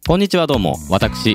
こんにちは、どうも。私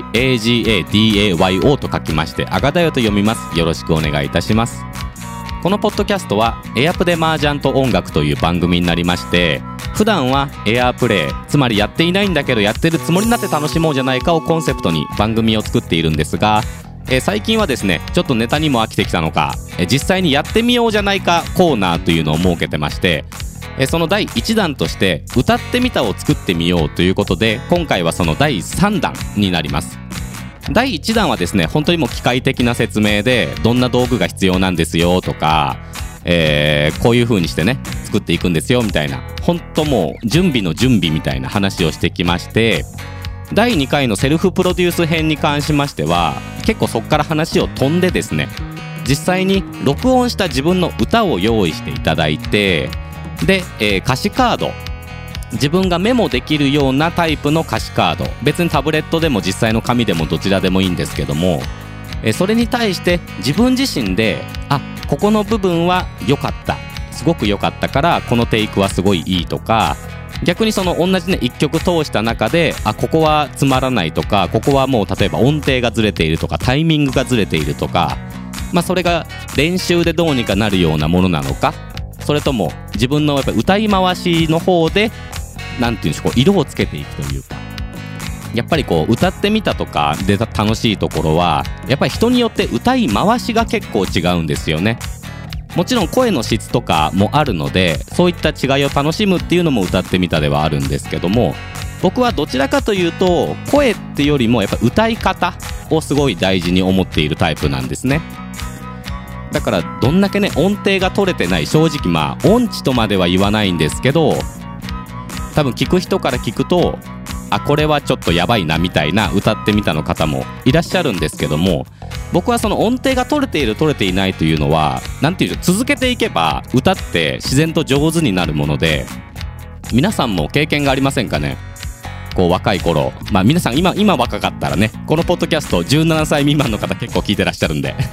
AGADAYO と書きましてアガダヨと読みます。よろしくお願いいたします。このポッドキャストはエアプで麻雀と音楽という番組になりまして、普段はエアプレイ、つまりやっていないんだけどやってるつもりになって楽しもうじゃないかをコンセプトに番組を作っているんですが、最近はですね、ちょっとネタにも飽きてきたのか、実際にやってみようじゃないかコーナーというのを設けてまして、その第1弾として歌ってみたを作ってみようということで、今回はその第3弾になります。第1弾はですね、本当にもう機械的な説明で、どんな道具が必要なんですよとか、こういう風にしてね作っていくんですよみたいな、本当もう準備の準備みたいな話をしてきまして、第2回のセルフプロデュース編に関しましては結構そこから話を飛んでですね、実際に録音した自分の歌を用意していただいて、で、歌詞カード、自分がメモできるようなタイプの歌詞カード、別にタブレットでも実際の紙でもどちらでもいいんですけども、それに対して自分自身で、ここの部分は良かった、すごく良かったからこのテイクはすごいいいとか、逆にその同じね1曲通した中で、ここはつまらないとか、ここはもう例えば音程がずれているとかタイミングがずれているとか、それが練習でどうにかなるようなものなのか、それとも自分のやっぱ歌い回しの方でなんていうんでしょう、色をつけていくというか、やっぱりこう歌ってみたとかで楽しいところは、やっぱり人によって歌い回しが結構違うんですよね。もちろん声の質とかもあるので、そういった違いを楽しむっていうのも歌ってみたではあるんですけども、僕はどちらかというと声っていうよりもやっぱ歌い方をすごい大事に思っているタイプなんですね。だからどんだけね音程が取れてない、正直音痴とまでは言わないんですけど、多分聞く人から聞くとこれはちょっとやばいなみたいな歌ってみたの方もいらっしゃるんですけども、僕はその音程が取れている取れていないというのは、なんていうの、続けていけば歌って自然と上手になるもので、皆さんも経験がありませんかね。こう若い頃、皆さん今若かったらね、このポッドキャスト17歳未満の方結構聞いてらっしゃるんで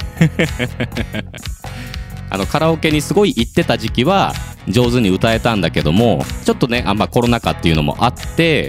カラオケにすごい行ってた時期は上手に歌えたんだけども、ちょっとねコロナ禍っていうのもあって、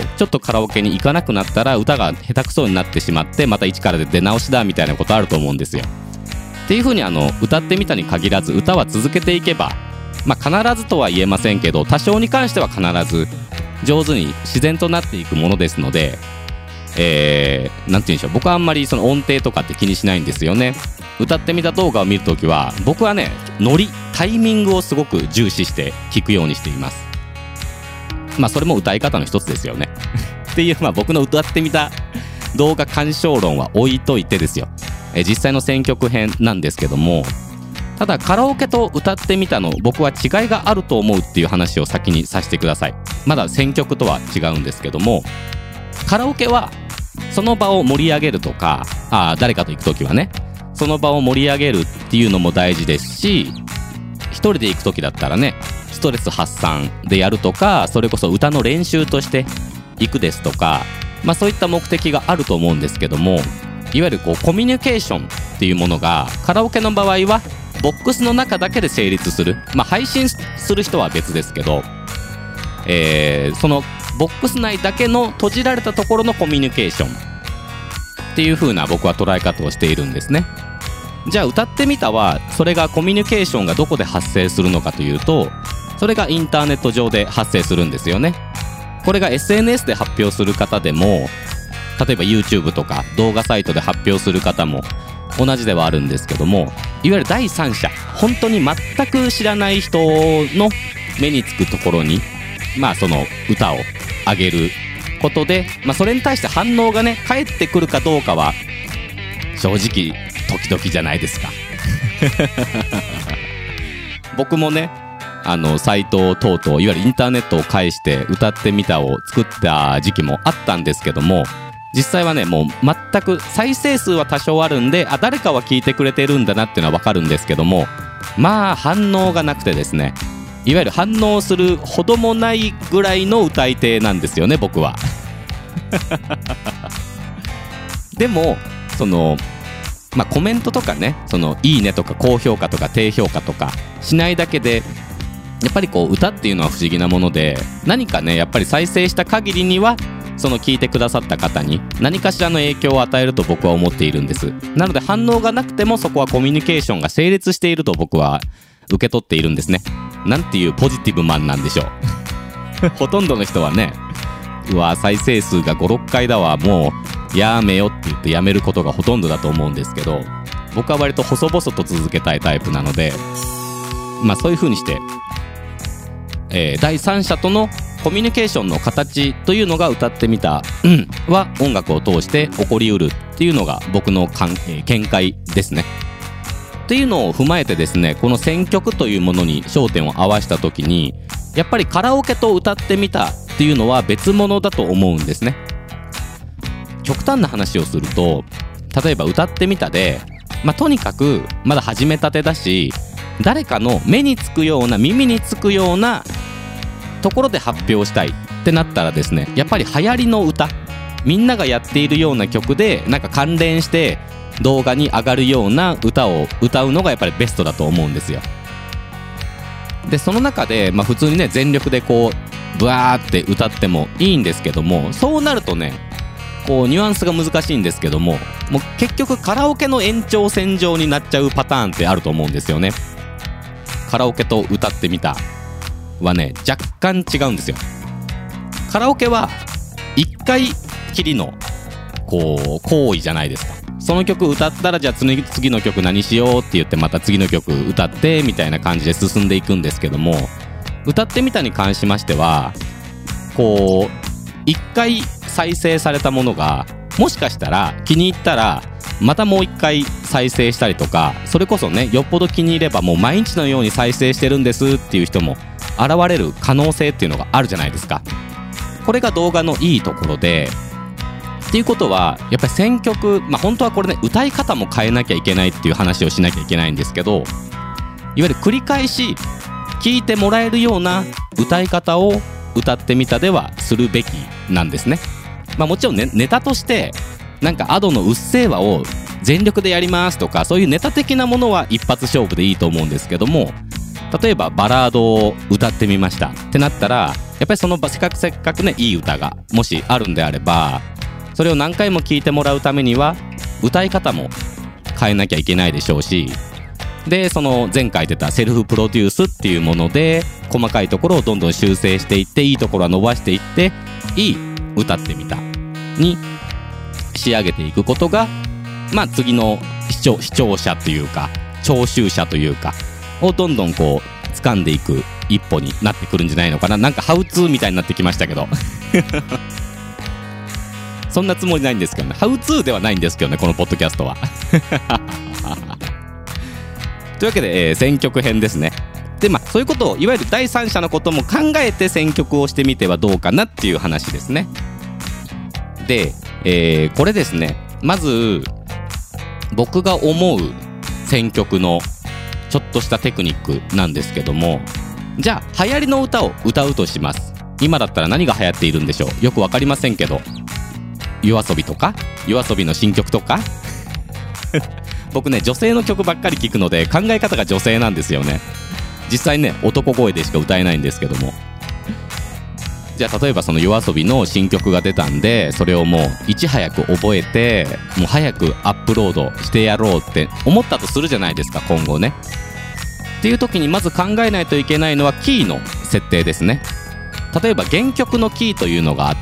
ちょっとカラオケに行かなくなったら歌が下手くそになってしまって、また一からで出直しだみたいなことあると思うんですよ。っていう風に歌ってみたに限らず、歌は続けていけば、必ずとは言えませんけど、多少に関しては必ず上手に自然となっていくものですので、なんて言うんでしょう、僕はあんまりその音程とかって気にしないんですよね。歌ってみた動画を見るときは、僕はねノリ、タイミングをすごく重視して聞くようにしています。それも歌い方の一つですよねっていう、僕の歌ってみた動画鑑賞論は置いといてですよ、実際の選曲編なんですけども、ただカラオケと歌ってみたの僕は違いがあると思うっていう話を先にさせてください。まだ選曲とは違うんですけども、カラオケはその場を盛り上げるとか、誰かと行くときはねその場を盛り上げるっていうのも大事ですし、一人で行くときだったらねストレス発散でやるとか、それこそ歌の練習として行くですとか、そういった目的があると思うんですけども、いわゆるこうコミュニケーションっていうものがカラオケの場合はボックスの中だけで成立する、配信する人は別ですけど、そのボックス内だけの閉じられたところのコミュニケーションっていう風な僕は捉え方をしているんですね。じゃあ歌ってみたは、それがコミュニケーションがどこで発生するのかというと、それがインターネット上で発生するんですよね。これが SNS で発表する方でも、例えば YouTube とか動画サイトで発表する方も同じではあるんですけども、いわゆる第三者、本当に全く知らない人の目につくところにその歌を上げることで、それに対して反応がね返ってくるかどうかは正直時々じゃないですか僕もねサイト等々、いわゆるインターネットを介して歌ってみたを作った時期もあったんですけども、実際はねもう全く再生数は多少あるんで、誰かは聞いてくれてるんだなっていうのは分かるんですけども、反応がなくてですね、いわゆる反応するほどもないぐらいの歌い手なんですよね、僕はでもそのコメントとかね、そのいいねとか高評価とか低評価とかしないだけで、やっぱりこう歌っていうのは不思議なもので、何かねやっぱり再生した限りにはその聞いてくださった方に何かしらの影響を与えると僕は思っているんです。なので反応がなくてもそこはコミュニケーションが成立していると僕は受け取っているんですね。なんていうポジティブマンなんでしょうほとんどの人はね、うわ再生数が5、6回だわ、もうやめよって言ってやめることがほとんどだと思うんですけど、僕は割と細々と続けたいタイプなので、そういう風にして、第三者とのコミュニケーションの形というのが歌ってみた、は音楽を通して起こりうるっていうのが僕の見解ですね。っていうのを踏まえてですね、この選曲というものに焦点を合わせた時に、やっぱりカラオケと歌ってみたっていうのは別物だと思うんですね。極端な話をすると、例えば歌ってみたで、とにかくまだ始めたてだし、誰かの目につくような耳につくようなところで発表したいってなったらですね、やっぱり流行りの歌、みんながやっているような曲でなんか関連して動画に上がるような歌を歌うのがやっぱりベストだと思うんですよ。でその中で、普通にね全力でこうブワーって歌ってもいいんですけども、そうなるとねこうニュアンスが難しいんですけども、もう結局カラオケの延長線上になっちゃうパターンってあると思うんですよね。カラオケと歌ってみたはね若干違うんですよ。カラオケは一回きりのこう行為じゃないですか。その曲歌ったらじゃあ次の曲何しようって言ってまた次の曲歌ってみたいな感じで進んでいくんですけども、歌ってみたに関しましてはこう一回再生されたものがもしかしたら気に入ったらまたもう一回再生したりとか、それこそねよっぽど気に入ればもう毎日のように再生してるんですっていう人も現れる可能性っていうのがあるじゃないですか。これが動画のいいところで、っていうことはやっぱり選曲、本当はこれね歌い方も変えなきゃいけないっていう話をしなきゃいけないんですけど、いわゆる繰り返し聴いてもらえるような歌い方を歌ってみたではするべきなんですね。もちろんねネタとしてなんか Ado のうっせぇわを全力でやりますとかそういうネタ的なものは一発勝負でいいと思うんですけども、例えばバラードを歌ってみましたってなったらやっぱりそのせっかくねいい歌がもしあるんであれば、それを何回も聴いてもらうためには歌い方も変えなきゃいけないでしょうし、でその前回出たセルフプロデュースっていうもので細かいところをどんどん修正していって、いいところは伸ばしていっていい歌ってみたに仕上げていくことが、次の視聴者というか聴衆者というかをどんどんこう掴んでいく一歩になってくるんじゃないのかな。なんかハウツーみたいになってきましたけどそんなつもりないんですけどね。ハウツーではないんですけどね、このポッドキャストはというわけで、選曲編ですね。でそういうことをいわゆる第三者のことも考えて選曲をしてみてはどうかなっていう話ですね。で、これですね、まず僕が思う選曲のちょっとしたテクニックなんですけども、じゃあ流行りの歌を歌うとします。今だったら何が流行っているんでしょう。よくわかりませんけど、YOASOBIとかYOASOBIの新曲とか僕ね女性の曲ばっかり聴くので考え方が女性なんですよね。実際ね男声でしか歌えないんですけども、じゃあ例えばそのYOASOBIの新曲が出たんでそれをもういち早く覚えてもう早くアップロードしてやろうって思ったとするじゃないですか、今後ね。っていう時にまず考えないといけないのはキーの設定ですね。例えば原曲のキーというのがあって、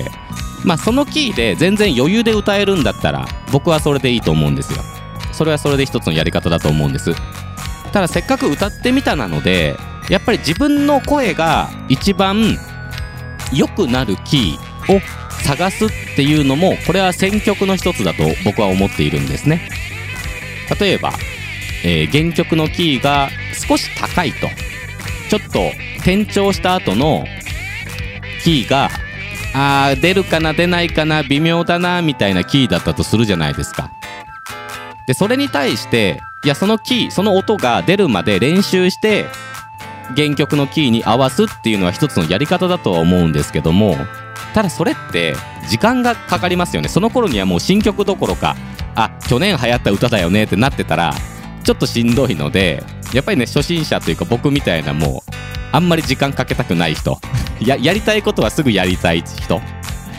そのキーで全然余裕で歌えるんだったら僕はそれでいいと思うんですよ。それはそれで一つのやり方だと思うんです。ただせっかく歌ってみたなのでやっぱり自分の声が一番良くなるキーを探すっていうのもこれは選曲の一つだと僕は思っているんですね。例えば、原曲のキーが少し高いとちょっと転調した後のキーが出るかな出ないかな微妙だなみたいなキーだったとするじゃないですか。でそれに対していやそのキーその音が出るまで練習して原曲のキーに合わすっていうのは一つのやり方だとは思うんですけども、ただそれって時間がかかりますよね。その頃にはもう新曲どころか去年流行った歌だよねってなってたらちょっとしんどいので、やっぱりね初心者というか僕みたいなもうあんまり時間かけたくない人やりたいことはすぐやりたい人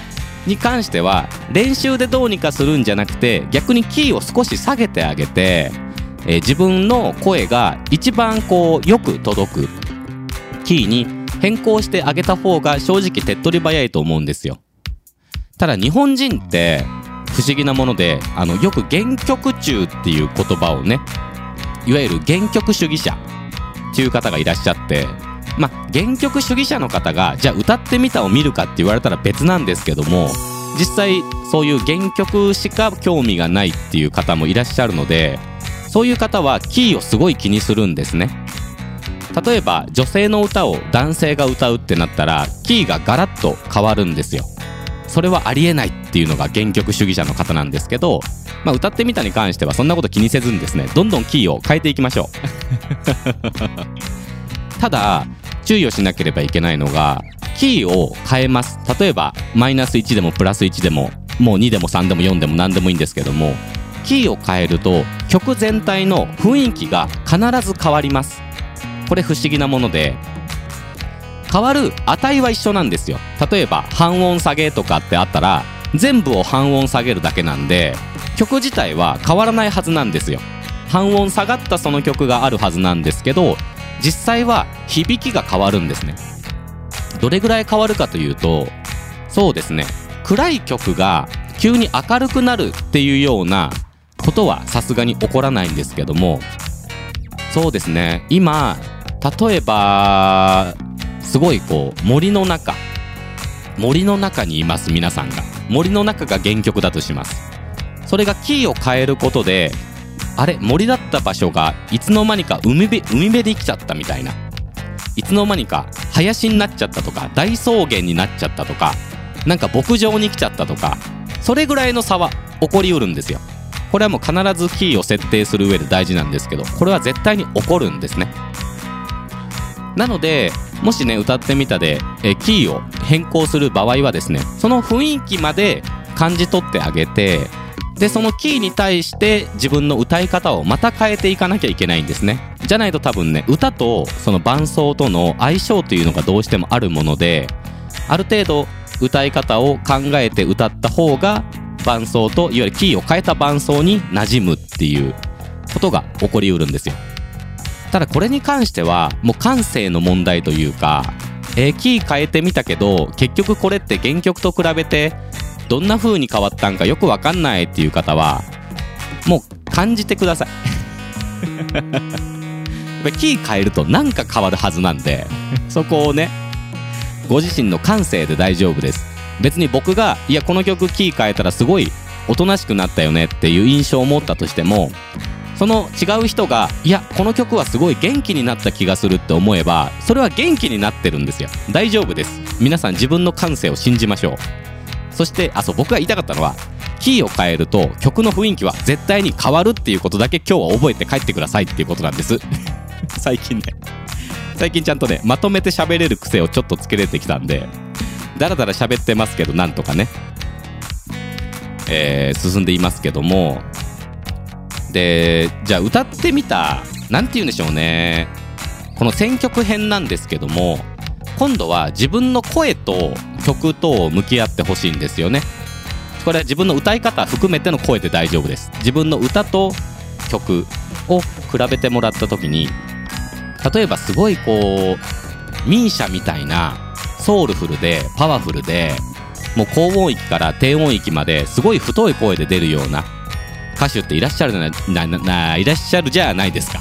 に関しては練習でどうにかするんじゃなくて、逆にキーを少し下げてあげて、自分の声が一番こうよく届くキーに変更してあげた方が正直手っ取り早いと思うんですよ。ただ日本人って不思議なもので、よく原曲中っていう言葉をね、いわゆる原曲主義者っていう方がいらっしゃって、原曲主義者の方がじゃあ歌ってみたを見るかって言われたら別なんですけども、実際そういう原曲しか興味がないっていう方もいらっしゃるので、そういう方はキーをすごい気にするんですね。例えば女性の歌を男性が歌うってなったらキーがガラッと変わるんですよ。それはありえないっていうのが原曲主義者の方なんですけど、歌ってみたに関してはそんなこと気にせずにですね、どんどんキーを変えていきましょうただ注意をしなければいけないのが、キーを変えます。例えばマイナス1でもプラス1でももう2でも3でも4でも何でもいいんですけども、キーを変えると曲全体の雰囲気が必ず変わります。これ不思議なもので、変わる値は一緒なんですよ。例えば半音下げとかってあったら全部を半音下げるだけなんで、曲自体は変わらないはずなんですよ。半音下がったその曲があるはずなんですけど、実際は響きが変わるんですね。どれぐらい変わるかというと、そうですね、暗い曲が急に明るくなるっていうようなことはさすがに起こらないんですけども、そうですね、今例えばすごいこう森の中にいます。皆さんが森の中が原曲だとします。それがキーを変えることで、あれ森だった場所がいつの間にか海辺できちゃったみたいな、いつの間にか林になっちゃったとか大草原になっちゃったとか、なんか牧場に来ちゃったとか、それぐらいの差は起こりうるんですよ。これはもう必ずキーを設定する上で大事なんですけど、これは絶対に起こるんですね。なのでもしね歌ってみたでキーを変更する場合はですね、その雰囲気まで感じ取ってあげて、でそのキーに対して自分の歌い方をまた変えていかなきゃいけないんですね。じゃないと多分ね、歌とその伴奏との相性というのがどうしてもあるもので、ある程度歌い方を考えて歌った方が伴奏といわゆるキーを変えた伴奏に馴染むっていうことが起こりうるんですよ。ただこれに関してはもう感性の問題というか、キー変えてみたけど結局これって原曲と比べてどんな風に変わったんかよくわかんないっていう方はもう感じてくださいキー変えるとなんか変わるはずなんで、そこをねご自身の感性で大丈夫です。別に僕がいやこの曲キー変えたらすごいおとなしくなったよねっていう印象を持ったとしても、その違う人がいやこの曲はすごい元気になった気がするって思えば、それは元気になってるんですよ。大丈夫です。皆さん自分の感性を信じましょう。そして僕が言いたかったのは、キーを変えると曲の雰囲気は絶対に変わるっていうことだけ今日は覚えて帰ってくださいっていうことなんです最近ちゃんとねまとめて喋れる癖をちょっとつけれてきたんで、だらだら喋ってますけどなんとかね、進んでいますけども、でじゃあ歌ってみたなんて言うんでしょうね、この選曲編なんですけども、今度は自分の声と曲と向き合ってほしいんですよね。これは自分の歌い方含めての声で大丈夫です。自分の歌と曲を比べてもらった時に、例えばすごいこうミーシャみたいなソウルフルでパワフルで、もう高音域から低音域まですごい太い声で出るような歌手っていらっしゃるじゃないですか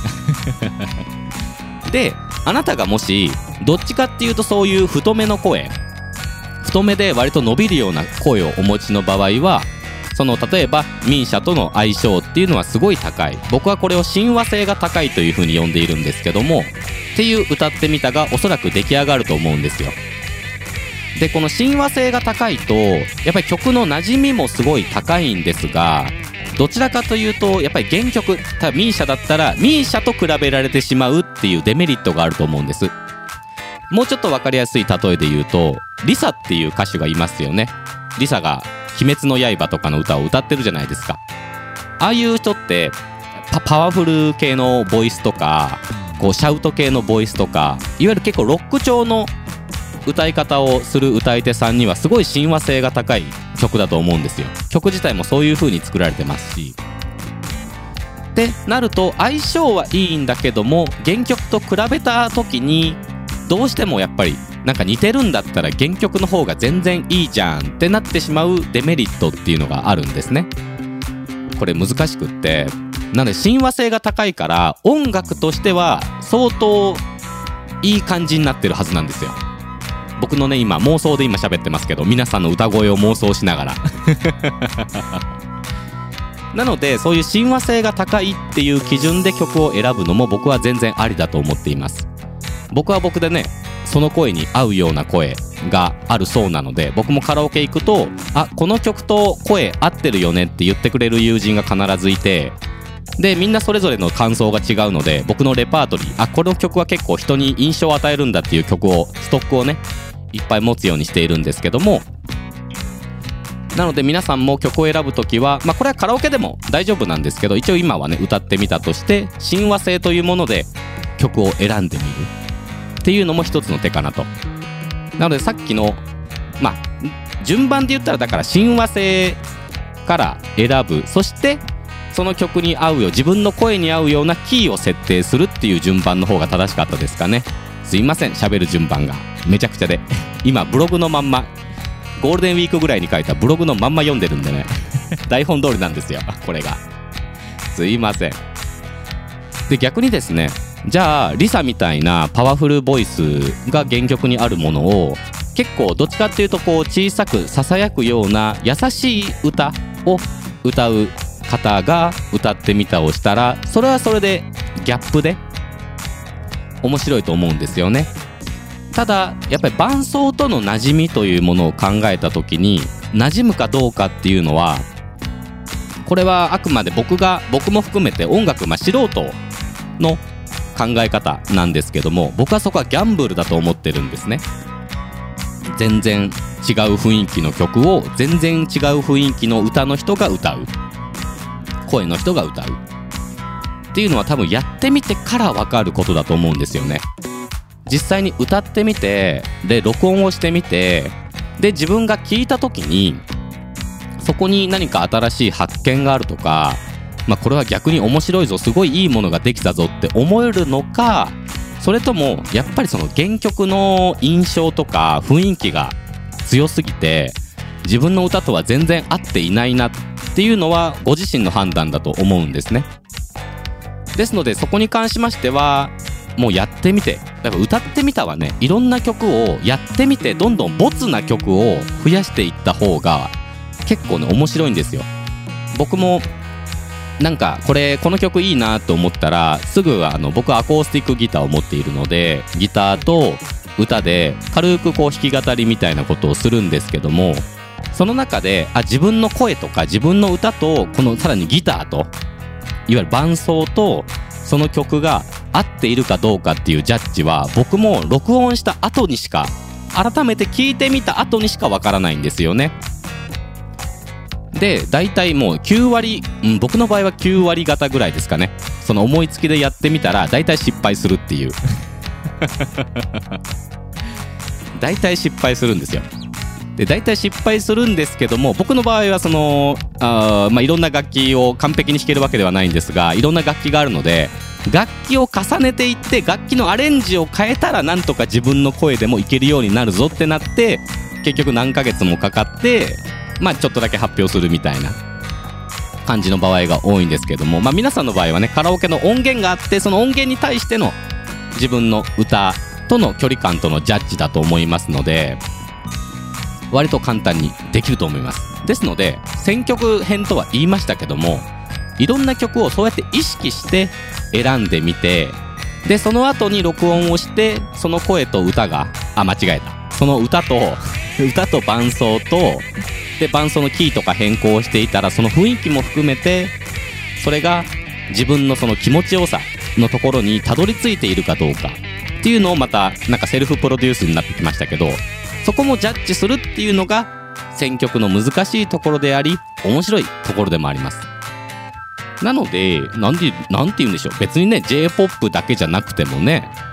であなたがもしどっちかっていうとそういう太めの声、太めで割と伸びるような声をお持ちの場合は、その例えばミーシャとの相性っていうのはすごい高い。僕はこれを親和性が高いというふうに呼んでいるんですけども、っていう歌ってみたがおそらく出来上がると思うんですよ。でこの親和性が高いとやっぱり曲の馴染みもすごい高いんですが、どちらかというとやっぱり原曲、ただミーシャだったらミーシャと比べられてしまうっていうデメリットがあると思うんです。もうちょっと分かりやすい例えで言うと、リサっていう歌手がいますよね。リサが鬼滅の刃とかの歌を歌ってるじゃないですか。ああいう人ってパワフル系のボイスとかこうシャウト系のボイスとか、いわゆる結構ロック調の歌い方をする歌い手さんにはすごい親和性が高い曲だと思うんですよ。曲自体もそういう風に作られてますし、ってなると相性はいいんだけども、原曲と比べた時にどうしてもやっぱりなんか似てるんだったら原曲の方が全然いいじゃんってなってしまうデメリットっていうのがあるんですね。これ難しくって、なので親和性が高いから音楽としては相当いい感じになってるはずなんですよ。僕のね今妄想で今喋ってますけど、皆さんの歌声を妄想しながらなのでそういう親和性が高いっていう基準で曲を選ぶのも僕は全然ありだと思っています。僕は僕でね、その声に合うような声があるそうなので、僕もカラオケ行くと、あ、この曲と声合ってるよねって言ってくれる友人が必ずいて、でみんなそれぞれの感想が違うので、僕のレパートリー、あ、この曲は結構人に印象を与えるんだっていう曲を、ストックをねいっぱい持つようにしているんですけども、なので皆さんも曲を選ぶときは、これはカラオケでも大丈夫なんですけど、一応今はね歌ってみたとして親和性というもので曲を選んでみるっていうのも一つの手かなと。なのでさっきの順番で言ったら、だから親和性から選ぶ、そしてその曲に合うよ、自分の声に合うようなキーを設定するっていう順番の方が正しかったですかね。すいません、喋る順番がめちゃくちゃで今ブログのまんま、ゴールデンウィークぐらいに書いたブログのまんま読んでるんでね台本通りなんですよこれが。すいません。で逆にですね、じゃあリサみたいなパワフルボイスが原曲にあるものを、結構どっちかっていうとこう小さくささやくような優しい歌を歌う方が歌ってみたをしたら、それはそれでギャップで面白いと思うんですよね。ただやっぱり伴奏との馴染みというものを考えた時に、馴染むかどうかっていうのは、これはあくまで僕も含めて音楽素人の考え方なんですけども、僕はそこはギャンブルだと思ってるんですね。全然違う雰囲気の曲を全然違う雰囲気の歌の人が歌う、声の人が歌うっていうのは多分やってみてから分かることだと思うんですよね。実際に歌ってみて、で録音をしてみて、で自分が聞いた時にそこに何か新しい発見があるとか、これは逆に面白いぞ、すごいいいものができたぞって思えるのか、それともやっぱりその原曲の印象とか雰囲気が強すぎて自分の歌とは全然合っていないなっていうのはご自身の判断だと思うんですね。ですのでそこに関しましてはもうやってみて、やっぱ歌ってみたはね、いろんな曲をやってみてどんどんボツな曲を増やしていった方が結構ね面白いんですよ。僕もなんかこの曲いいなと思ったらすぐ僕はアコースティックギターを持っているので、ギターと歌で軽くこう弾き語りみたいなことをするんですけども、その中で自分の声とか自分の歌とこのさらにギターといわゆる伴奏とその曲が合っているかどうかっていうジャッジは僕も録音した後にしか、改めて聞いてみた後にしかわからないんですよね。で大体もう9割、僕の場合は9割方ぐらいですかね。その思いつきでやってみたら大体失敗するっていう大体失敗するんですよ。で大体失敗するんですけども、僕の場合はそのいろんな楽器を完璧に弾けるわけではないんですが、いろんな楽器があるので楽器を重ねていって楽器のアレンジを変えたらなんとか自分の声でもいけるようになるぞってなって、結局何ヶ月もかかってちょっとだけ発表するみたいな感じの場合が多いんですけども、皆さんの場合はねカラオケの音源があって、その音源に対しての自分の歌との距離感とのジャッジだと思いますので、割と簡単にできると思います。ですので選曲編とは言いましたけども、いろんな曲をそうやって意識して選んでみて、でその後に録音をして、その声と歌が間違えた、その歌と伴奏とで伴奏のキーとか変更をしていたら、その雰囲気も含めてそれが自分のその気持ちよさのところにたどり着いているかどうかっていうのを、またなんかセルフプロデュースになってきましたけど、そこもジャッジするっていうのが選曲の難しいところであり、面白いところでもあります。なのでなんて言うんでしょう、別にね J-POP だけじゃなくてもね、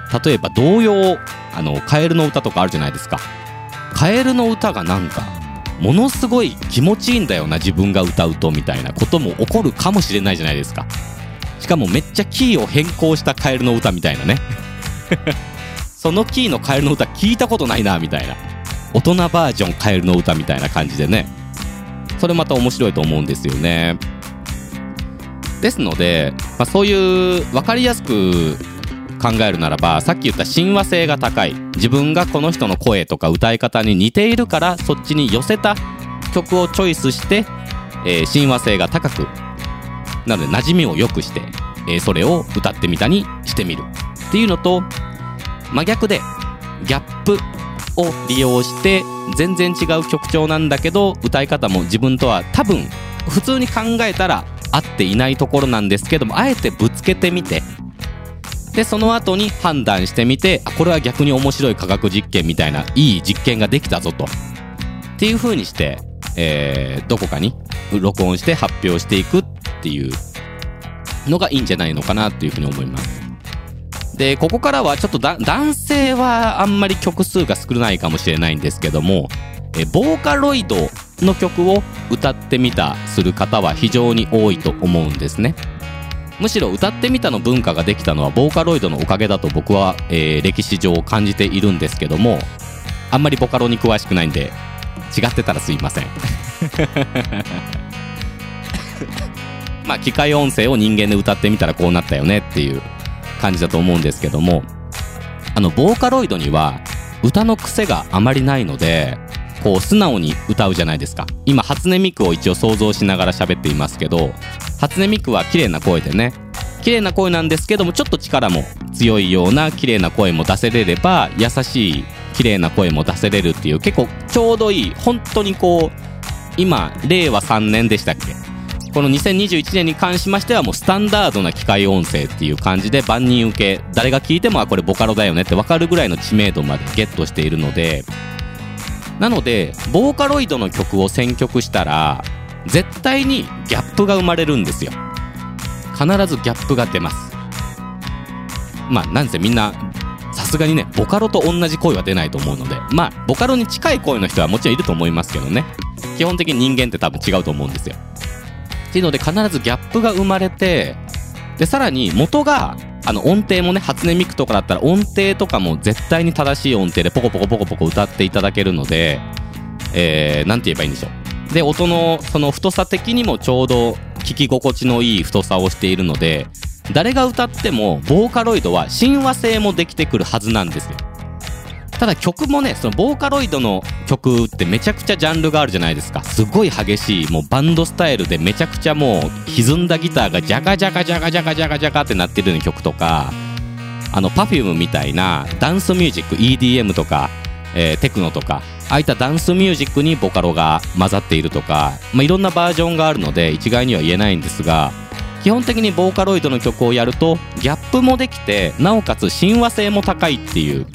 例えば童謡、カエルの歌とかあるじゃないですか。カエルの歌がなんかものすごい気持ちいいんだよな、自分が歌うとみたいなことも起こるかもしれないじゃないですか。しかもめっちゃキーを変更したカエルの歌みたいなねそのキーのカエルの歌聞いたことないなみたいな、大人バージョンカエルの歌みたいな感じでね、それまた面白いと思うんですよね。ですので、そういう分かりやすく考えるならば、さっき言った親和性が高い、自分がこの人の声とか歌い方に似ているからそっちに寄せた曲をチョイスして、親和性が高くなので馴染みを良くして、それを歌ってみたにしてみるっていうのと、真逆でギャップを利用して全然違う曲調なんだけど歌い方も自分とは多分普通に考えたら合っていないところなんですけども、あえてぶつけてみて、でその後に判断してみて、これは逆に面白い科学実験みたいないい実験ができたぞとっていう風にして、どこかに録音して発表していくっていうのがいいんじゃないのかなっていう風に思います。でここからはちょっと男性はあんまり曲数が少ないかもしれないんですけども、ボーカロイドの曲を歌ってみたする方は非常に多いと思うんですね。むしろ歌ってみたの文化ができたのはボーカロイドのおかげだと僕は、歴史上感じているんですけども、あんまりボカロに詳しくないんで違ってたらすいません機械音声を人間で歌ってみたらこうなったよねっていう感じだと思うんですけども、ボーカロイドには歌の癖があまりないので、こう素直に歌うじゃないですか。今初音ミクを一応想像しながら喋っていますけど、初音ミクは綺麗な声でね、綺麗な声なんですけども、ちょっと力も強いような綺麗な声も出せれれば、優しい綺麗な声も出せれるっていう、結構ちょうどいい、本当にこう今令和3年でしたっけ、この2021年に関しましてはもうスタンダードな機械音声っていう感じで万人受け、誰が聞いてもこれボカロだよねって分かるぐらいの知名度までゲットしているので、なのでボーカロイドの曲を選曲したら絶対にギャップが生まれるんですよ。必ずギャップが出ます。なんせみんなさすがにねボカロと同じ声は出ないと思うので、ボカロに近い声の人はもちろんいると思いますけどね、基本的に人間って多分違うと思うんですよ。っていうので必ずギャップが生まれて、でさらに元が音程もね、初音ミクとかだったら音程とかも絶対に正しい音程でポコポコポコポコ歌っていただけるので、なんて言えばいいんでしょう。で音のその太さ的にもちょうど聞き心地のいい太さをしているので、誰が歌ってもボーカロイドは親和性もできてくるはずなんですよ。ただ曲もね、そのボーカロイドの曲ってめちゃくちゃジャンルがあるじゃないですか。すごい激しいもうバンドスタイルでめちゃくちゃもう歪んだギターがジャカジャカジャカジャカジャカジャカってなってるような曲とか、Perfume みたいなダンスミュージック EDM とか、テクノとかああいったダンスミュージックにボカロが混ざっているとか、いろんなバージョンがあるので一概には言えないんですが、基本的にボーカロイドの曲をやるとギャップもできて、なおかつ親和性も高いっていう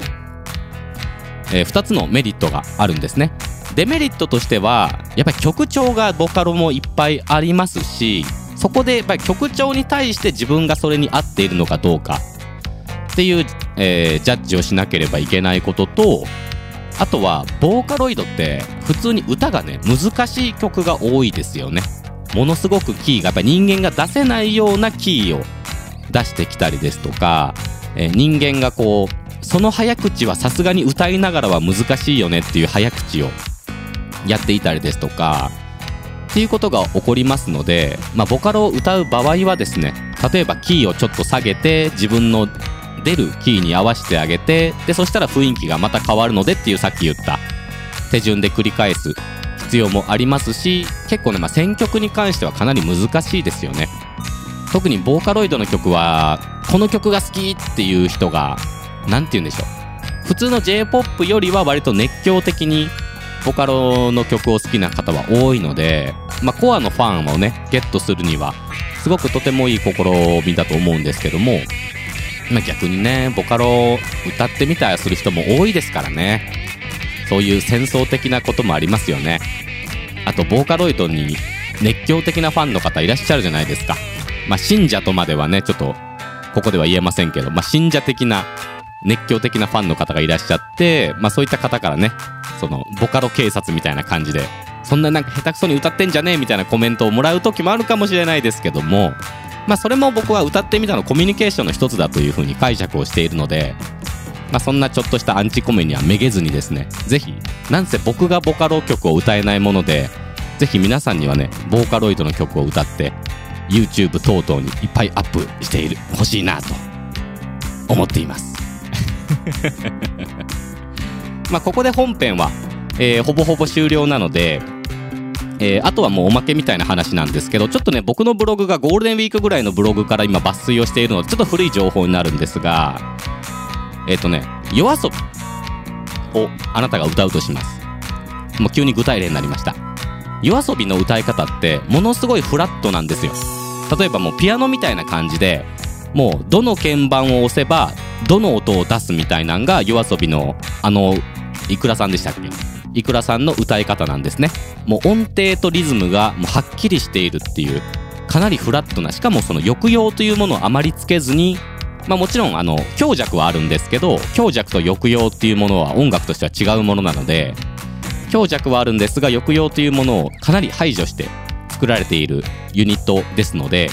2つのメリットがあるんですね。デメリットとしてはやっぱり曲調がボカロもいっぱいありますし、そこでやっぱり曲調に対して自分がそれに合っているのかどうかっていう、ジャッジをしなければいけないことと、あとはボーカロイドって普通に歌がね難しい曲が多いですよね。ものすごくキーがやっぱり人間が出せないようなキーを出してきたりですとか、人間がこうその早口はさすがに歌いながらは難しいよねっていう早口をやっていたりですとかっていうことが起こりますので、ボカロを歌う場合はですね、例えばキーをちょっと下げて自分の出るキーに合わせてあげて、でそしたら雰囲気がまた変わるのでっていうさっき言った手順で繰り返す必要もありますし、結構ね、選曲に関してはかなり難しいですよね。特にボーカロイドの曲はこの曲が好きっていう人がなんて言うんでしょう、普通の J-POP よりは割と熱狂的にボカロの曲を好きな方は多いので、コアのファンをねゲットするにはすごくとてもいい試みだと思うんですけども、逆にねボカロを歌ってみたりする人も多いですからね。そういう戦争的なこともありますよね。あとボーカロイドに熱狂的なファンの方いらっしゃるじゃないですか。信者とまではねちょっとここでは言えませんけど、信者的な熱狂的なファンの方がいらっしゃって、そういった方からね、そのボカロ警察みたいな感じで、そんななんか下手くそに歌ってんじゃねえみたいなコメントをもらう時もあるかもしれないですけども、それも僕は歌ってみたのコミュニケーションの一つだというふうに解釈をしているので、そんなちょっとしたアンチコメにはめげずにですね、ぜひ、なんせ僕がボカロ曲を歌えないもので、ぜひ皆さんにはね、ボーカロイドの曲を歌って YouTube 等々にいっぱいアップしてほしいなと思っていますここで本編は、ほぼほぼ終了なので、あとはもうおまけみたいな話なんですけど、ちょっとね、僕のブログがゴールデンウィークぐらいのブログから今抜粋をしているので、ちょっと古い情報になるんですが、夜遊びをあなたが歌うとします。もう急に具体例になりました。夜遊びの歌い方ってものすごいフラットなんですよ。例えばもうピアノみたいな感じで、もうどの鍵盤を押せばどの音を出すみたいなのが夜遊びのいくらさんでしたっけ、いくらさんの歌い方なんですね。もう音程とリズムがもうはっきりしているっていう、かなりフラットな、しかもその抑揚というものをあまりつけずに、もちろん強弱はあるんですけど、強弱と抑揚っていうものは音楽としては違うものなので、強弱はあるんですが抑揚というものをかなり排除して作られているユニットですので、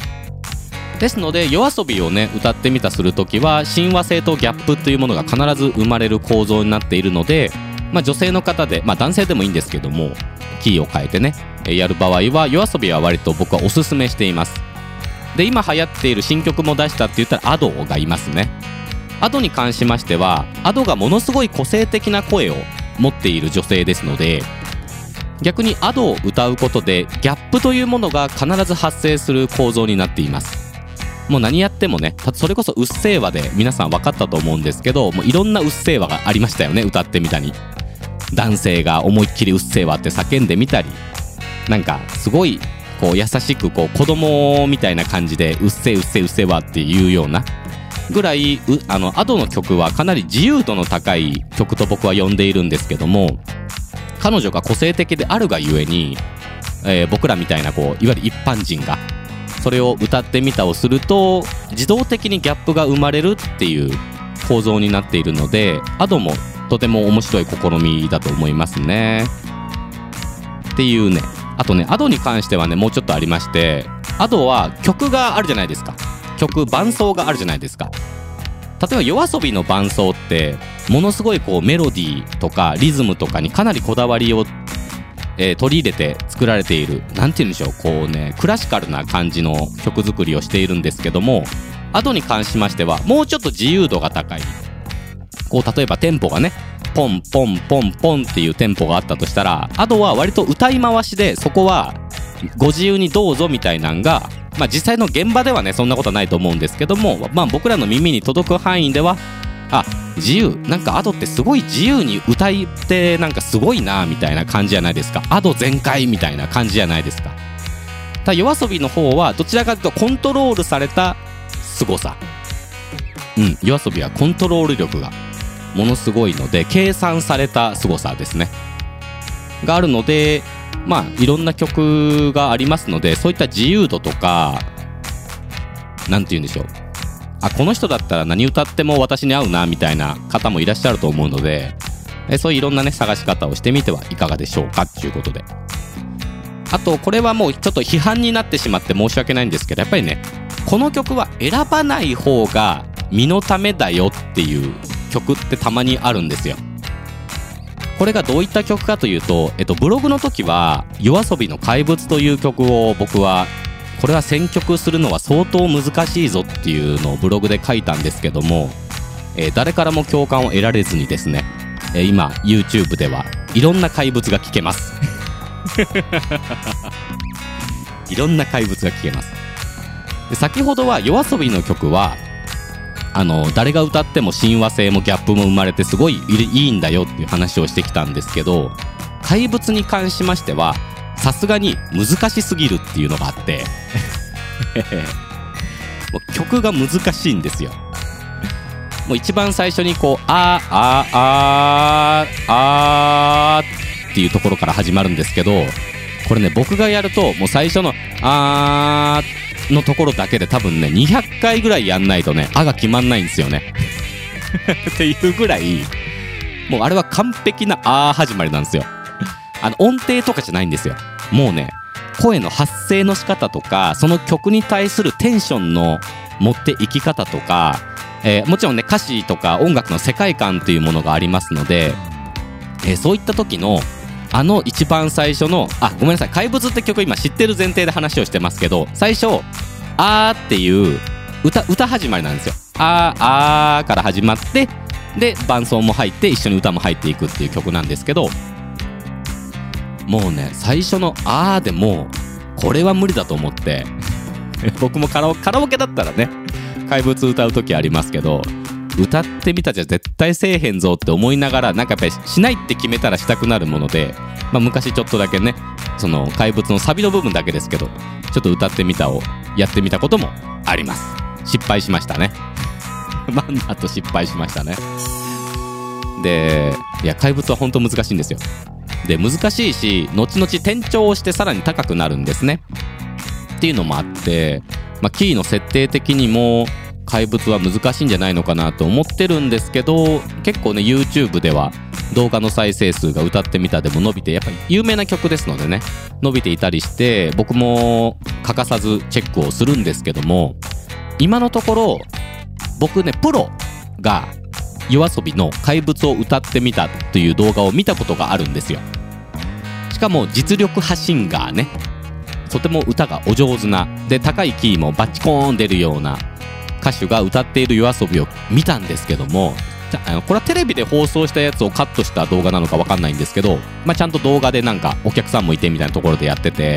夜遊びをね歌ってみたするときは親和性とギャップというものが必ず生まれる構造になっているので、女性の方で、男性でもいいんですけども、キーを変えてねやる場合は夜遊びは割と僕はおすすめしています。で、今流行っている新曲も出したって言ったらアドがいますね。アドに関しましては、アドがものすごい個性的な声を持っている女性ですので、逆にアドを歌うことでギャップというものが必ず発生する構造になっています。もう何やってもね、それこそうっせぇわで皆さん分かったと思うんですけど、もういろんなうっせぇわがありましたよね。歌ってみたり、男性が思いっきりうっせぇわって叫んでみたり、なんかすごいこう優しくこう子供みたいな感じでうっせぇうっせぇうっせぇわっていうようなぐらい、アドの曲はかなり自由度の高い曲と僕は呼んでいるんですけども、彼女が個性的であるがゆえに、僕らみたいなこういわゆる一般人がそれを歌ってみたをすると自動的にギャップが生まれるっていう構造になっているので、アドもとても面白い試みだと思いますね。っていうね。あとね、アドに関してはね、もうちょっとありまして、アドは曲があるじゃないですか。伴奏があるじゃないですか。例えば夜遊びの伴奏ってものすごいこうメロディーとかリズムとかにかなりこだわりを、取り入れて作られている、なんて言うんでしょう、こうねクラシカルな感じの曲作りをしているんですけども、アドに関しましてはもうちょっと自由度が高い、こう例えばテンポがねポンポンポンポンっていうテンポがあったとしたら、アドは割と歌い回しでそこはご自由にどうぞみたいなんが、実際の現場ではねそんなことはないと思うんですけども、僕らの耳に届く範囲では、自由、なんかアドってすごい自由に歌いってなんかすごいなみたいな感じじゃないですか。アド全開みたいな感じじゃないですか。ただ夜遊びの方はどちらかというとコントロールされた凄さ、夜遊びはコントロール力がものすごいので計算された凄さですねがあるので、いろんな曲がありますので、そういった自由度とか、なんて言うんでしょう、この人だったら何歌っても私に合うなみたいな方もいらっしゃると思うので、そういういろんなね探し方をしてみてはいかがでしょうかっていうことで、あとこれはもうちょっと批判になってしまって申し訳ないんですけど、やっぱりねこの曲は選ばない方が身のためだよっていう曲ってたまにあるんですよ。これがどういった曲かというと、ブログの時は夜遊びの怪物という曲を僕はこれは選曲するのは相当難しいぞっていうのをブログで書いたんですけども、誰からも共感を得られずにですね、今 YouTube ではいろんな怪物が聴けますいろんな怪物が聴けます。で、先ほどは夜遊びの曲は誰が歌っても親和性もギャップも生まれてすごいいいんだよっていう話をしてきたんですけど、怪物に関しましてはさすがに難しすぎるっていうのがあってもう曲が難しいんですよ。もう一番最初にこうあっていうところから始まるんですけど、これね僕がやるともう最初ののところだけで多分ね200回ぐらいやんないとねが決まんないんですよねっていうぐらい、もうあれは完璧なあー始まりなんですよ。音程とかじゃないんですよ。もうね、声の発声の仕方とか、その曲に対するテンションの持っていき方とか、もちろんね、歌詞とか音楽の世界観というものがありますので、そういった時の一番最初の、ごめんなさい、怪物って曲今知ってる前提で話をしてますけど、最初あーっていう歌始まりなんですよ。あーから始まって、で伴奏も入って一緒に歌も入っていくっていう曲なんですけど、もうね、最初のあーでもうこれは無理だと思って僕もカラオケだったらね、怪物歌う時ありますけど、歌ってみたじゃ絶対せえへんぞって思いながら、なんかやっぱりしないって決めたらしたくなるもので、昔ちょっとだけね、その怪物のサビの部分だけですけど、ちょっと歌ってみたをやってみたこともあります。失敗しましたねまんまと失敗しましたね。で、いや怪物は本当難しいんですよ。で、難しいし、後々転調をしてさらに高くなるんですねっていうのもあって、キーの設定的にも怪物は難しいんじゃないのかなと思ってるんですけど、結構ね YouTube では動画の再生数が歌ってみたでも伸びて、やっぱり有名な曲ですのでね、伸びていたりして、僕も欠かさずチェックをするんですけども、今のところ僕ね、プロがYOASOBIの怪物を歌ってみたという動画を見たことがあるんですよ。しかも実力派シンガーね、とても歌がお上手な、で高いキーもバッチコーン出るような歌手が歌っているYOASOBIを見たんですけども、これはテレビで放送したやつをカットした動画なのか分かんないんですけど、ちゃんと動画でなんかお客さんもいてみたいなところでやってて、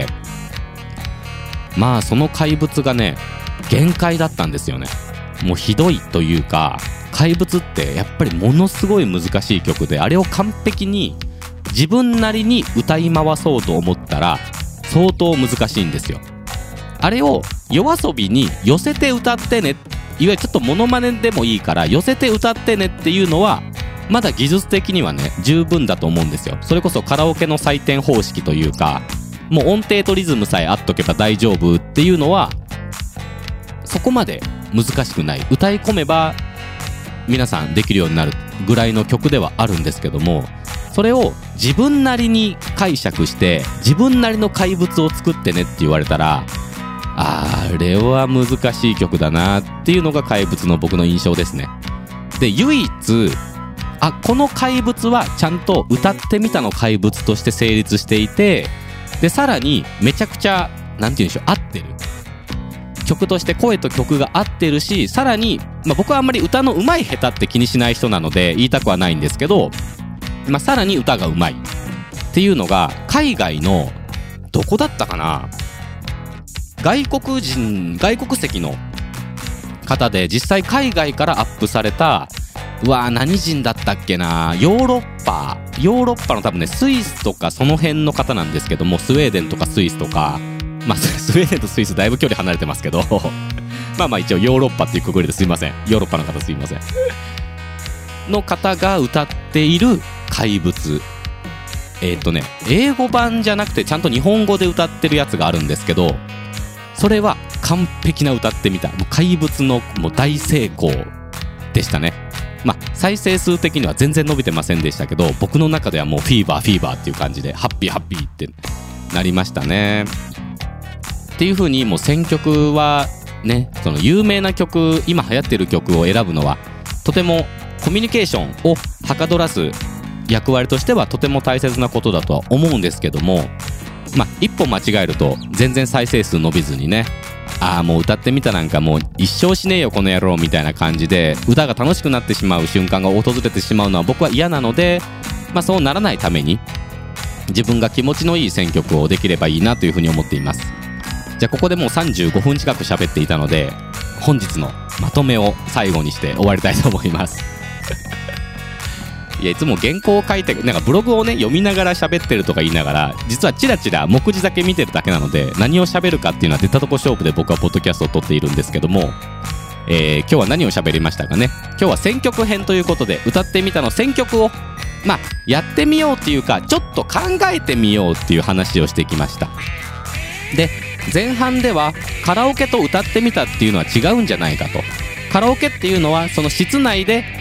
その怪物がね限界だったんですよね。もうひどいというか、怪物ってやっぱりものすごい難しい曲で、あれを完璧に自分なりに歌い回そうと思ったら相当難しいんですよ。あれをYOASOBIに寄せて歌ってね、いわゆるちょっとモノマネでもいいから寄せて歌ってねっていうのはまだ技術的にはね十分だと思うんですよ。それこそカラオケの採点方式というか、もう音程とリズムさえ合っとけば大丈夫っていうのはそこまで難しくない、歌い込めば皆さんできるようになるぐらいの曲ではあるんですけども、それを自分なりに解釈して自分なりの怪物を作ってねって言われたら、あれは難しい曲だなっていうのが怪物の僕の印象ですね。で、唯一この怪物はちゃんと歌ってみたの怪物として成立していて、でさらにめちゃくちゃなんて言うんでしょう、合ってる曲として声と曲が合ってるし、さらに、僕はあんまり歌の上手い下手って気にしない人なので言いたくはないんですけど、さらに歌が上手いっていうのが海外のどこだったかな、外国籍の方で実際海外からアップされた、何人だったっけな、ヨーロッパの多分ねスイスとかその辺の方なんですけども、スウェーデンとかスイスとか、スウェーデンとスイスだいぶ距離離れてますけど一応ヨーロッパっていうくくりですいません、ヨーロッパの方すいませんの方が歌っている怪物、英語版じゃなくてちゃんと日本語で歌ってるやつがあるんですけど、それは完璧な歌ってみた、もう怪物のもう大成功でしたね。再生数的には全然伸びてませんでしたけど、僕の中ではもうフィーバーっていう感じでハッピーってなりましたね。っていう風にもう選曲はね、その有名な曲、今流行ってる曲を選ぶのはとてもコミュニケーションをはかどらす役割としてはとても大切なことだとは思うんですけども、一歩間違えると全然再生数伸びずにね、もう歌ってみたなんかもう一生しねえよこの野郎みたいな感じで歌が楽しくなってしまう瞬間が訪れてしまうのは僕は嫌なので、そうならないために自分が気持ちのいい選曲をできればいいなというふうに思っています。じゃあここでもう35分近く喋っていたので、本日のまとめを最後にして終わりたいと思いますいや、いつも原稿を書いてなんかブログをね読みながら喋ってるとか言いながら、実はチラチラ目次だけ見てるだけなので、何を喋るかっていうのは出たとこ勝負で僕はポッドキャストを撮っているんですけども、今日は何を喋りましたかね。今日は選曲編ということで、歌ってみたの選曲をやってみようっていうか、ちょっと考えてみようっていう話をしてきました。で、前半ではカラオケと歌ってみたっていうのは違うんじゃないかと。カラオケっていうのはその室内で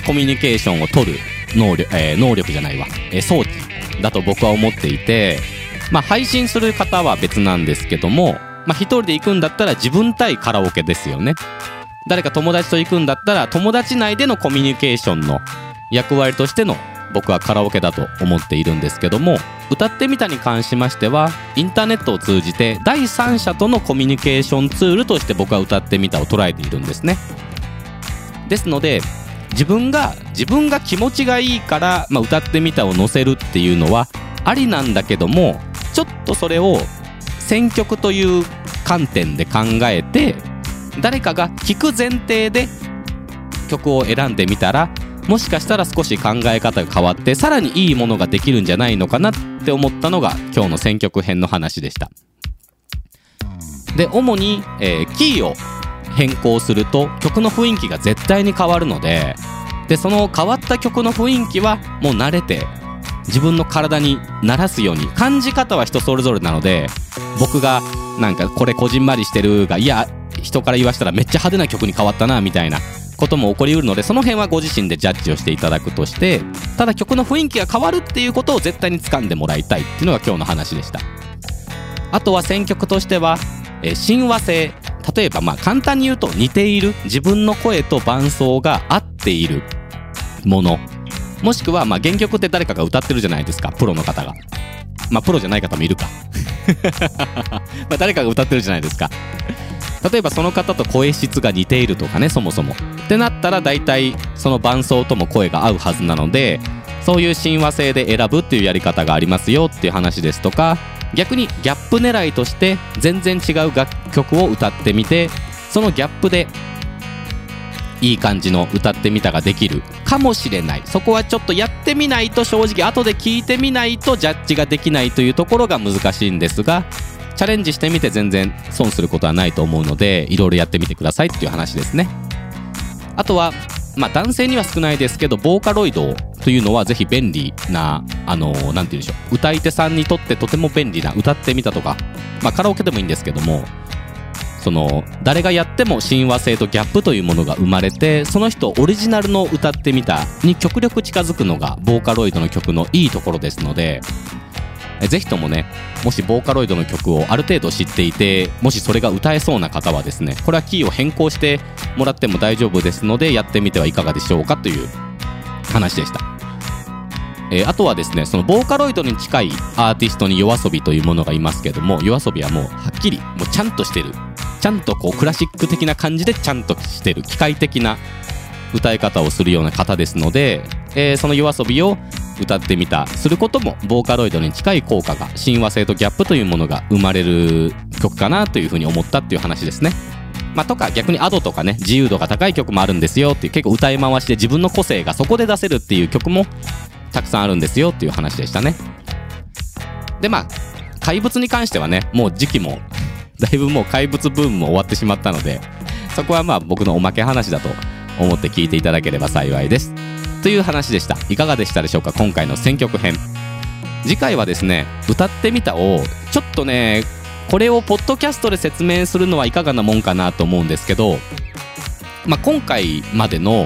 コミュニケーションを取る能力じゃないわ、装置だと僕は思っていて、配信する方は別なんですけども、一人で行くんだったら自分対カラオケですよね。誰か友達と行くんだったら友達内でのコミュニケーションの役割としての僕はカラオケだと思っているんですけども、歌ってみたに関しましてはインターネットを通じて第三者とのコミュニケーションツールとして僕は歌ってみたを捉えているんですね。ですので自分が気持ちがいいから、歌ってみたを載せるっていうのはありなんだけども、ちょっとそれを選曲という観点で考えて誰かが聴く前提で曲を選んでみたら、もしかしたら少し考え方が変わってさらにいいものができるんじゃないのかなって思ったのが今日の選曲編の話でした。で主に、キーを変更すると曲の雰囲気が絶対に変わるので、その変わった曲の雰囲気はもう慣れて自分の体に慣らすように、感じ方は人それぞれなので、僕がなんかこれこじんまりしてるが、いや人から言わしたらめっちゃ派手な曲に変わったなみたいなことも起こりうるので、その辺はご自身でジャッジをしていただくとして、ただ曲の雰囲気が変わるっていうことを絶対に掴んでもらいたいっていうのが今日の話でした。あとは選曲としては、親和性、例えば簡単に言うと似ている、自分の声と伴奏が合っているもの、もしくは原曲って誰かが歌ってるじゃないですか、プロの方が。プロじゃない方もいるか誰かが歌ってるじゃないですか。例えばその方と声質が似ているとかね、そもそもってなったら大体その伴奏とも声が合うはずなので、そういう親和性で選ぶっていうやり方がありますよっていう話ですとか、逆にギャップ狙いとして全然違う楽曲を歌ってみて、そのギャップでいい感じの歌ってみたができるかもしれない。そこはちょっとやってみないと、正直後で聞いてみないとジャッジができないというところが難しいんですが、チャレンジしてみて全然損することはないと思うので、いろいろやってみてくださいっていう話ですね。あとは男性には少ないですけど、ボーカロイドというのはぜひ便利ななんて言うんでしょう、歌い手さんにとってとても便利な、歌ってみたとかカラオケでもいいんですけども、その誰がやっても親和性とギャップというものが生まれて、その人オリジナルの歌ってみたに極力近づくのがボーカロイドの曲のいいところですので、ぜひともね、もしボーカロイドの曲をある程度知っていて、もしそれが歌えそうな方はですね、これはキーを変更してもらっても大丈夫ですので、やってみてはいかがでしょうかという話でした。あとはですね、そのボーカロイドに近いアーティストにYOASOBIというものがいますけども、YOASOBIはもうはっきりもうちゃんとしてる、ちゃんとクラシック的な感じでちゃんとしてる機械的な歌い方をするような方ですので、そのYOASOBIを歌ってみたすることもボーカロイドに近い効果が、親和性とギャップというものが生まれる曲かなというふうに思ったっていう話ですね。とか逆にアドとかね、自由度が高い曲もあるんですよっていう、結構歌い回しで自分の個性がそこで出せるっていう曲もたくさんあるんですよっていう話でしたね。で怪物に関してはね、もう時期もだいぶもう怪物ブームも終わってしまったので、そこは僕のおまけ話だと思って聞いていただければ幸いですという話でした。いかがでしたでしょうか、今回の選曲編。次回はですね、歌ってみたをちょっとね、これをポッドキャストで説明するのはいかがなもんかなと思うんですけど、今回までの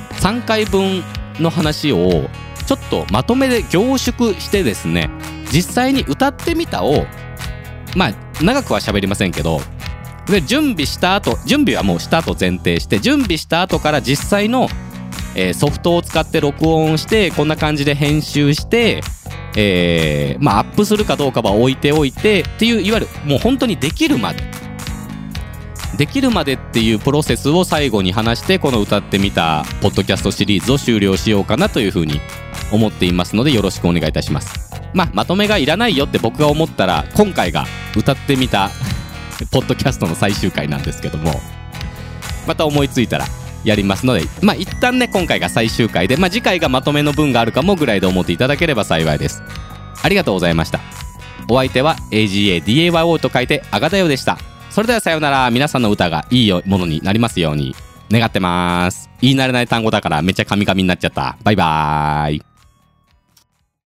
3回分の話をちょっとまとめで凝縮してですね、実際に歌ってみたを長くは喋りませんけど、で準備はもうした後前提して、準備した後から実際のソフトを使って録音して、こんな感じで編集して、アップするかどうかは置いておいてっていう、いわゆるもう本当にできるまでっていうプロセスを最後に話して、この歌ってみたポッドキャストシリーズを終了しようかなというふうに思っていますので、よろしくお願いいたします。まとめがいらないよって僕が思ったら、今回が歌ってみたポッドキャストの最終回なんですけども、また思いついたらやりますので、一旦ね、今回が最終回で、次回がまとめの分があるかもぐらいで思っていただければ幸いです。ありがとうございました。お相手は AGADAYO と書いてあがだよでした。それではさようなら。皆さんの歌がいいものになりますように願ってます。言い慣れない単語だからめっちゃカミカミになっちゃった。バイバーイ。